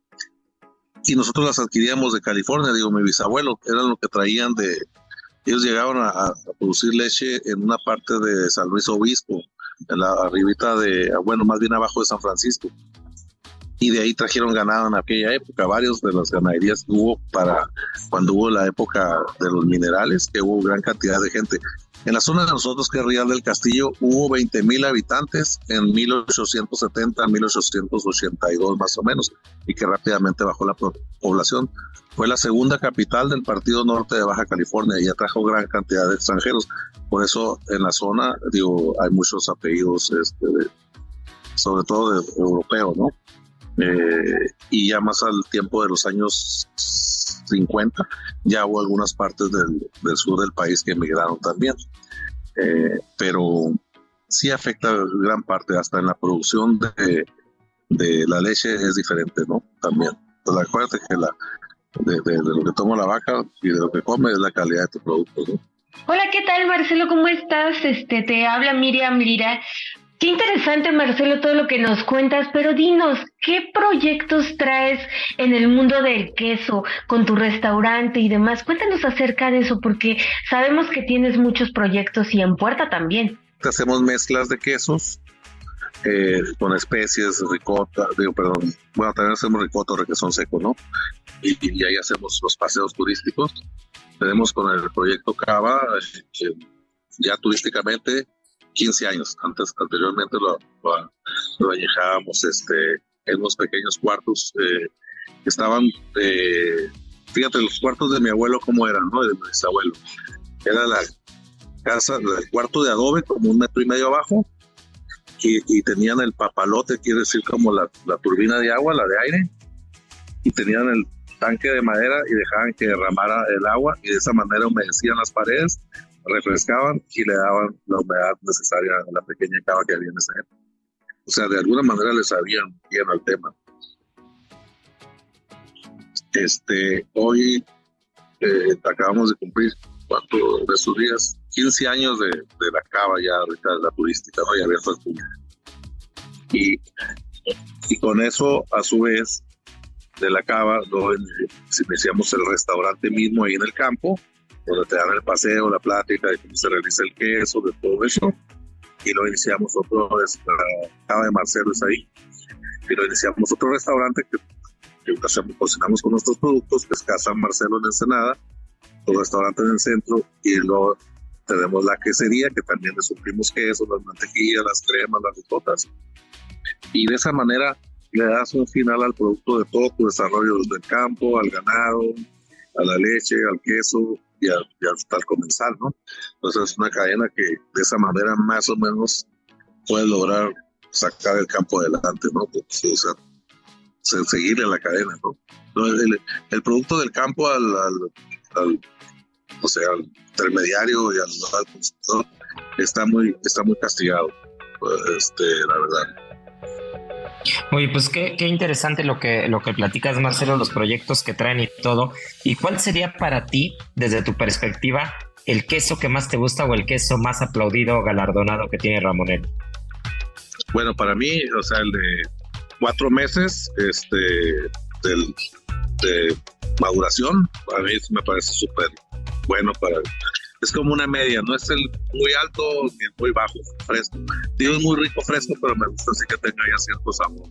y nosotros las adquiríamos de California. Digo, mi bisabuelo eran lo que traían de, ellos llegaban a, a producir leche en una parte de San Luis Obispo, en la arribita de, bueno, más bien abajo de San Francisco, y de ahí trajeron ganado en aquella época. Varios de las ganaderías que hubo para cuando hubo la época de los minerales, que hubo gran cantidad de gente. En la zona de nosotros, que es Real del Castillo, hubo veinte mil habitantes en mil ochocientos setenta, mil ochocientos ochenta y dos más o menos, y que rápidamente bajó la población. Fue la segunda capital del Partido Norte de Baja California y atrajo gran cantidad de extranjeros. Por eso en la zona, digo, hay muchos apellidos, este, de, sobre todo de europeo, ¿no? Eh, y ya más al tiempo de los años cincuenta, ya hubo algunas partes del, del sur del país que emigraron también. Eh, pero sí afecta gran parte, hasta en la producción de, de la leche es diferente, ¿no? También. Pues acuérdate que la, de, de, de lo que toma la vaca y de lo que come es la calidad de tu producto, ¿no? Hola, ¿qué tal, Marcelo? ¿Cómo estás? Este, te habla Miriam Lira. Qué interesante, Marcelo, todo lo que nos cuentas, pero dinos, ¿qué proyectos traes en el mundo del queso con tu restaurante y demás? Cuéntanos acerca de eso, porque sabemos que tienes muchos proyectos y en puerta también. Hacemos mezclas de quesos eh, con especies, ricota, digo, perdón, bueno, también hacemos ricota o requesón seco, ¿no? Y, y ahí hacemos los paseos turísticos. Tenemos con el proyecto Cava, eh, ya turísticamente, quince años. Antes, anteriormente lo, lo, lo añejábamos este, en unos pequeños cuartos eh, que estaban, eh, fíjate, los cuartos de mi abuelo cómo eran, ¿no? De mi bisabuelo. Era la casa, el cuarto de adobe, como un metro y medio abajo, y, y tenían el papalote, quiere decir como la, la turbina de agua, la de aire, y tenían el tanque de madera y dejaban que derramara el agua, y de esa manera humedecían las paredes, refrescaban y le daban la humedad necesaria a la pequeña cava que había en esa época. O sea, de alguna manera le sabían bien al tema. Este, hoy eh, acabamos de cumplir, ¿cuánto de sus días? quince años de, de la cava ya ahorita de la turística, ¿no? Y abierta al público. Y, y con eso, a su vez, de la cava, luego iniciamos el restaurante mismo ahí en el campo, donde te dan el paseo, la plática de cómo se realiza el queso, de todo eso. Y lo iniciamos otro, es la cava de Marcelo es ahí. Y lo iniciamos otro restaurante que, que cocinamos con nuestros productos, que es Casa Marcelo en Ensenada, un restaurante en el centro, y luego tenemos la quesería, que también le suplimos queso, las mantequillas, las cremas, las ricotas. Y de esa manera le das un final al producto de todo tu desarrollo, desde el campo, al ganado, a la leche, al queso y, a, y hasta el comensal, ¿no? Entonces es una cadena que de esa manera más o menos puedes lograr sacar el campo adelante, ¿no? Pues, o sea, seguirle la cadena, ¿no? Entonces, el, el producto del campo al, al, al, o sea, al intermediario y al, al consumidor está muy, está muy castigado, pues, este, la verdad. Oye, pues qué, qué interesante lo que, lo que platicas, Marcelo, los proyectos que traen y todo. ¿Y cuál sería para ti, desde tu perspectiva, el queso que más te gusta o el queso más aplaudido o galardonado que tiene Ramonel? Bueno, para mí, o sea, el de cuatro meses este, del, de maduración, a mí me parece súper bueno para... Es como una media, no es el muy alto ni el muy bajo, fresco. Digo, es muy rico fresco, pero me gusta así que tenga ya cierto sabor.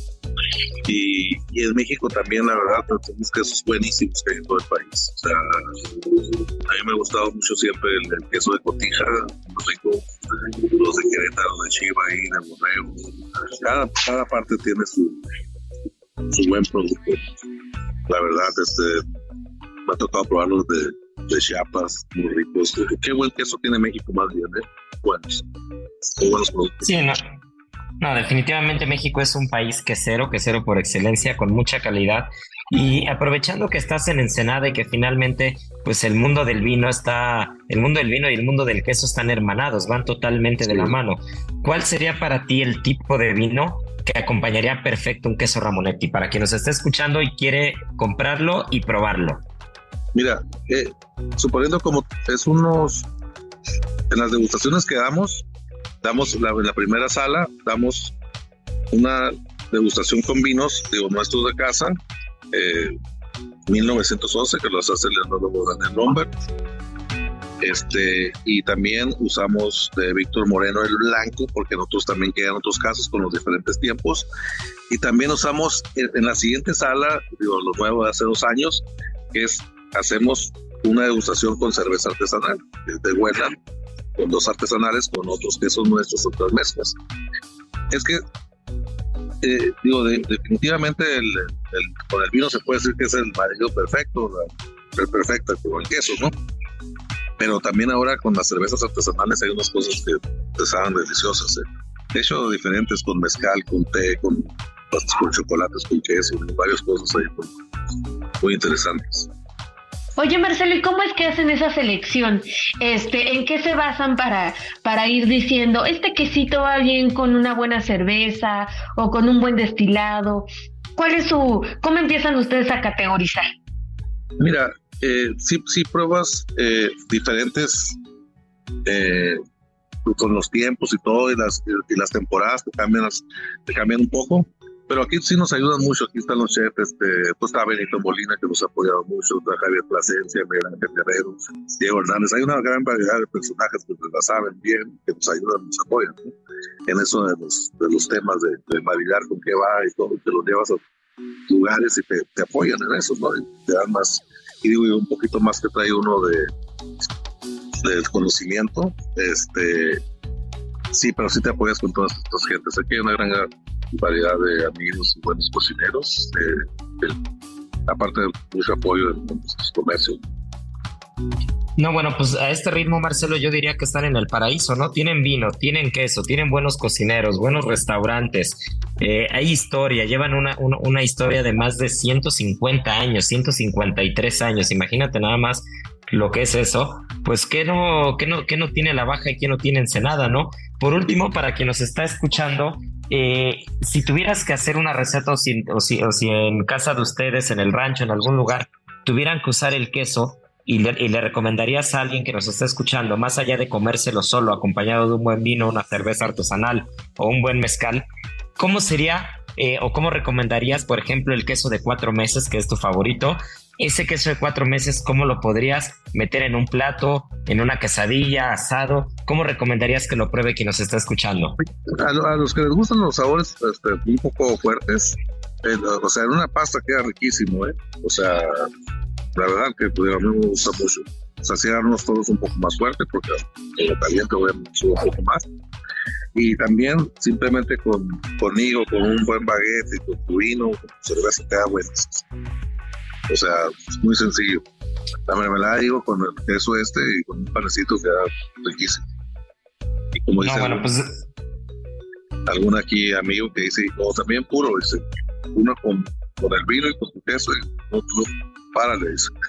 Y, y en México también, la verdad, tenemos quesos buenísimos que hay en todo el país. O sea, a mí me ha gustado mucho siempre el, el queso de Cotija, muy rico, los de Querétaro, de Chiva y de Borrego. Cada, cada parte tiene su, su buen producto. La verdad, este, me ha tocado probarlos de de Chiapas, muy ricos. Qué buen queso tiene México, más bien, ¿eh? Buenos, muy buenos productos. Sí, no, no, definitivamente México es un país quesero, quesero por excelencia, con mucha calidad. Y aprovechando que estás en Ensenada y que finalmente, pues el mundo del vino está, el mundo del vino y el mundo del queso están hermanados, van totalmente sí. de la mano. ¿Cuál sería para ti el tipo de vino que acompañaría perfecto un queso Ramonetti para quien nos esté escuchando y quiere comprarlo y probarlo? Mira, eh, suponiendo como es unos, en las degustaciones que damos, damos la, en la primera sala, damos una degustación con vinos, digo, nuestros de casa, eh, mil novecientos once, que los hace el enólogo Daniel Lomberg, este, y también usamos de Víctor Moreno el blanco, porque nosotros también quedan otros casos con los diferentes tiempos, y también usamos en, en la siguiente sala, digo, lo nuevo de hace dos años, que es hacemos una degustación con cerveza artesanal de Huela, con dos artesanales, con otros quesos nuestros, otras mezclas. Es que, eh, digo, de, definitivamente el, el, con el vino se puede decir que es el marido perfecto, la, el perfecto con el queso, ¿no? Pero también ahora con las cervezas artesanales hay unas cosas que te saben deliciosas, ¿eh? De hecho, diferentes con mezcal, con té, con, con chocolates, con queso, varias cosas ahí muy, muy interesantes. Oye, Marcelo, ¿y cómo es que hacen esa selección? Este, ¿en qué se basan para, para ir diciendo, este quesito va bien con una buena cerveza o con un buen destilado? ¿Cuál es su, cómo empiezan ustedes a categorizar? Mira, eh, sí, sí pruebas eh, diferentes eh, con los tiempos y todo, y las, y las temporadas te cambian, las, te cambian un poco. Pero aquí sí nos ayudan mucho, aquí están los chefs, este, pues está Benito Molina que nos ha apoyado mucho, está Javier Plasencia, Miguel Ángel Guerrero, Diego Hernández, hay una gran variedad de personajes que la saben bien, que nos ayudan, nos apoyan, ¿no? En eso de los, de los temas de, de maridar con qué va y todo, te los llevas a lugares y te, te apoyan en eso, ¿no? Y te dan más, y digo un poquito más que trae uno de del conocimiento, este, sí, pero sí te apoyas con todas estas gentes, aquí hay una gran variedad de amigos y buenos cocineros. Eh, el, aparte de mucho apoyo en nuestros comercios. No, bueno, pues a este ritmo, Marcelo, yo diría que están en el paraíso, ¿no? Tienen vino, tienen queso, tienen buenos cocineros, buenos restaurantes, eh, hay historia, llevan una, una, una historia de más de ciento cincuenta años, ciento cincuenta y tres años, imagínate nada más lo que es eso. Pues ¿qué no, qué no, qué no tiene La Baja y qué no tiene Ensenada, ¿no? Por último, para quien nos está escuchando, eh, si tuvieras que hacer una receta o si, o, si, o si en casa de ustedes, en el rancho, en algún lugar, tuvieran que usar el queso, Y le, y le recomendarías a alguien que nos está escuchando, más allá de comérselo solo, acompañado de un buen vino, una cerveza artesanal o un buen mezcal, ¿cómo sería eh, o cómo recomendarías, por ejemplo, el queso de cuatro meses, que es tu favorito? Ese queso de cuatro meses, ¿cómo lo podrías meter en un plato, en una quesadilla, asado? ¿Cómo recomendarías que lo pruebe quien nos está escuchando? A, a los que les gustan los sabores este, un poco fuertes, eh, o sea, en una pasta queda riquísimo, ¿eh? O sea... La verdad que pues, a mí me gusta mucho saciarnos todos un poco más fuerte porque en lo caliente voy a subir un poco más. Y también simplemente con, conmigo, con un buen baguette y con tu vino, con tu cerveza queda bueno. O sea, es muy sencillo. La mermelada digo con el queso este y con un panecito queda riquísimo. Y como dice no, bueno, pues... algún aquí amigo que dice, o también puro, dice, uno con, con el vino y con tu queso y otro párale.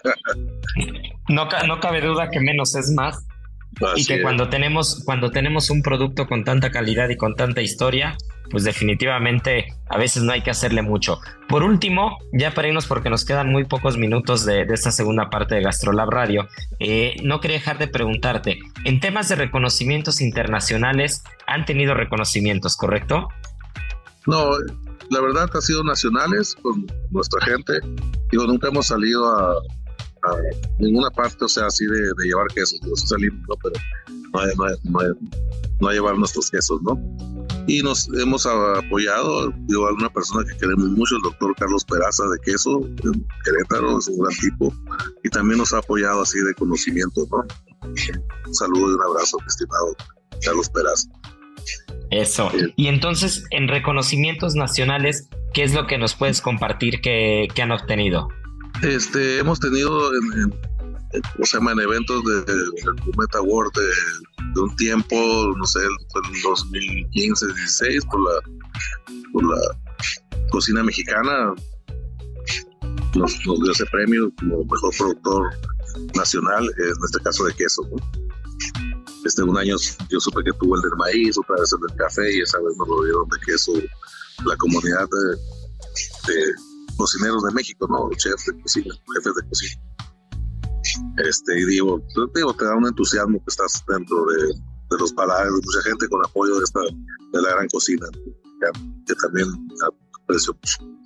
no, no cabe duda que menos es más. Así y que es. cuando tenemos cuando tenemos un producto con tanta calidad y con tanta historia, pues definitivamente a veces no hay que hacerle mucho. Por último, ya para irnos porque nos quedan muy pocos minutos de, de esta segunda parte de GastroLab Radio, eh, no quería dejar de preguntarte, en temas de reconocimientos internacionales, ¿han tenido reconocimientos, correcto? No, la verdad ha sido nacionales con nuestra gente. Digo, nunca hemos salido a, a ninguna parte, o sea, así de, de llevar quesos. Digo, sí salimos, ¿no? Pero no a, no, a, no, a, no a llevar nuestros quesos, ¿no? Y nos hemos apoyado, digo, a una persona que queremos mucho, el doctor Carlos Peraza de Queso, en Querétaro, es un gran tipo, y también nos ha apoyado así de conocimiento, ¿no? Un saludo y un abrazo, estimado Carlos Peraza. Eso. Y entonces, en reconocimientos nacionales, ¿qué es lo que nos puedes compartir que, que han obtenido? Este, hemos tenido, en, en, en, o sea, en eventos del de, de Cometa Award de, de un tiempo, no sé, en dos mil quince, dieciséis, por la, por la cocina mexicana, nos, nos dio ese premio como mejor productor nacional, en este caso de queso, ¿no? Este, un año yo supe que tuvo el del maíz, otra vez el del café, y esa vez nos lo dieron de queso la comunidad de, de cocineros de México, ¿no? Chefs de cocina, jefes de cocina. Este, y digo, digo, te da un entusiasmo que estás dentro de, de los paladares de mucha gente con apoyo de esta, de la gran cocina, que, que también aprecio mucho.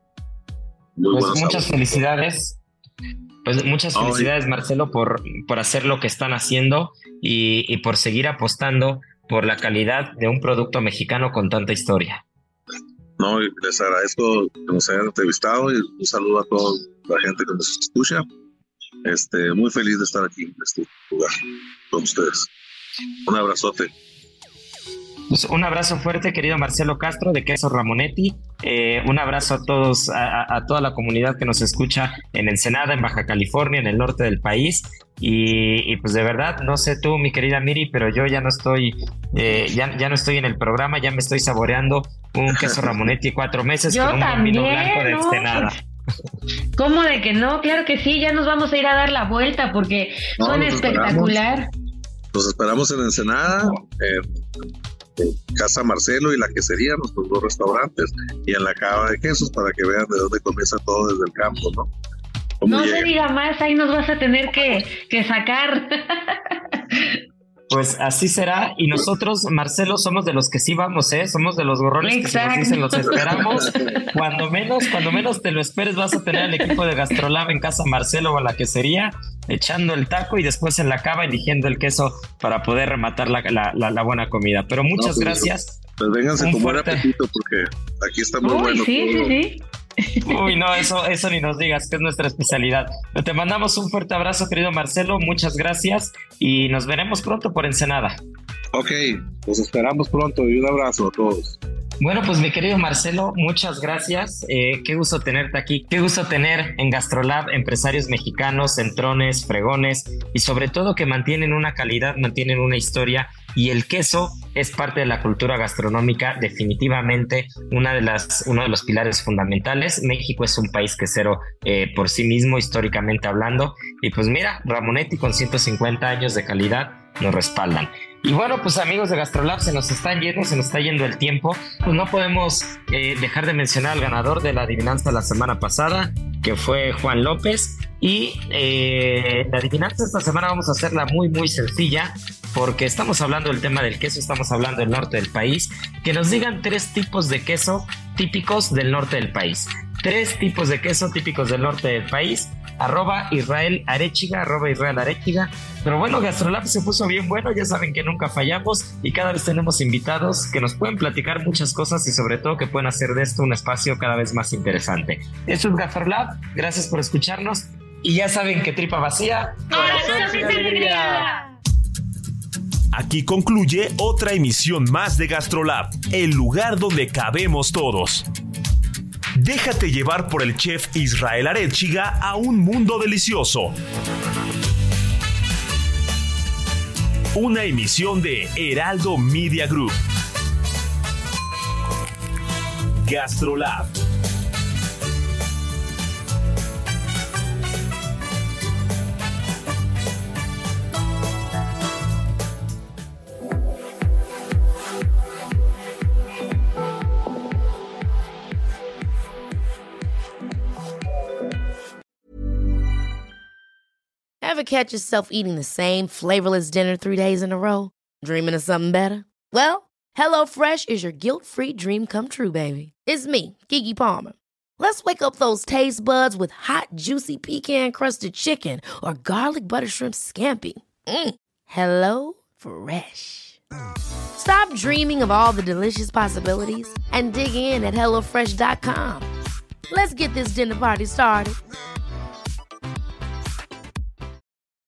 Muy pues muchas felicidades. Pues muchas felicidades, Marcelo, por, por hacer lo que están haciendo y, y por seguir apostando por la calidad de un producto mexicano con tanta historia. No, les agradezco que nos hayan entrevistado y un saludo a toda la gente que nos escucha. Este, muy feliz de estar aquí en este lugar con ustedes. Un abrazote. Pues un abrazo fuerte, querido Marcelo Castro de Queso Ramonetti. Eh, un abrazo a todos, a, a toda la comunidad que nos escucha en Ensenada, en Baja California, en el norte del país. Y, y pues de verdad, no sé tú, mi querida Miri, pero yo ya no estoy, eh, ya, ya no estoy en el programa, ya me estoy saboreando un queso Ramonetti cuatro meses yo con un también, vino blanco de ¿no? Ensenada. ¿Cómo de que no? Claro que sí, ya nos vamos a ir a dar la vuelta porque no, son nos espectacular. Esperamos, nos esperamos en Ensenada, en, en Casa Marcelo y La Quesería, nuestros dos restaurantes, y en la Cava de Quesos para que vean de dónde comienza todo desde el campo, ¿no? No llega? se diga más, ahí nos vas a tener que, que sacar. Pues así será, y nosotros, Marcelo, somos de los que sí vamos, ¿eh? Somos de los gorrones que se nos dicen, los esperamos. Cuando menos, cuando menos te lo esperes, vas a tener al equipo de GastroLab en Casa Marcelo o a La Quesería, echando el taco y después en la cava eligiendo el queso para poder rematar la, la, la, la buena comida. Pero muchas no, pues, gracias. Pues vénganse con buen apetito porque aquí está muy Uy, bueno. Sí, todo. sí, sí. Uy, no, eso, eso ni nos digas, que es nuestra especialidad. Pero te mandamos un fuerte abrazo, querido Marcelo, muchas gracias y nos veremos pronto por Ensenada. Ok, los esperamos pronto y un abrazo a todos. Bueno, pues mi querido Marcelo, muchas gracias. Eh, qué gusto tenerte aquí. Qué gusto tener en GastroLab empresarios mexicanos, centrones, fregones y sobre todo que mantienen una calidad, mantienen una historia. Y el queso es parte de la cultura gastronómica, definitivamente una de las, uno de los pilares fundamentales. México es un país quesero eh, por sí mismo, históricamente hablando. Y pues mira, Ramonetti con ciento cincuenta años de calidad nos respaldan. Y bueno, pues amigos de GastroLab, se nos está yendo, se nos está yendo el tiempo. Pues no podemos eh, dejar de mencionar al ganador de la adivinanza la semana pasada, que fue Juan López. Y eh, la adivinanza esta semana vamos a hacerla muy, muy sencilla, porque estamos hablando del tema del queso, estamos hablando del norte del país. Que nos digan tres tipos de queso típicos del norte del país. Tres tipos de queso típicos del norte del país. Arroba Israel Arechiga, arroba Israel Arechiga. Pero bueno, GastroLab se puso bien bueno, ya saben que nunca fallamos y cada vez tenemos invitados que nos pueden platicar muchas cosas y sobre todo que pueden hacer de esto un espacio cada vez más interesante. Esto es GastroLab, gracias por escucharnos y ya saben que tripa vacía, corazón sin alegría. Aquí concluye otra emisión más de GastroLab, el lugar donde cabemos todos. Déjate llevar por el chef Israel Arechiga a un mundo delicioso. Una emisión de Heraldo Media Group. GastroLab. Ever catch yourself eating the same flavorless dinner three days in a row? Dreaming of something better? Well, HelloFresh is your guilt-free dream come true, baby. It's me, Keke Palmer. Let's wake up those taste buds with hot, juicy pecan-crusted chicken or garlic butter shrimp scampi. Mm. Hello Fresh. Stop dreaming of all the delicious possibilities and dig in at hello fresh dot com. Let's get this dinner party started.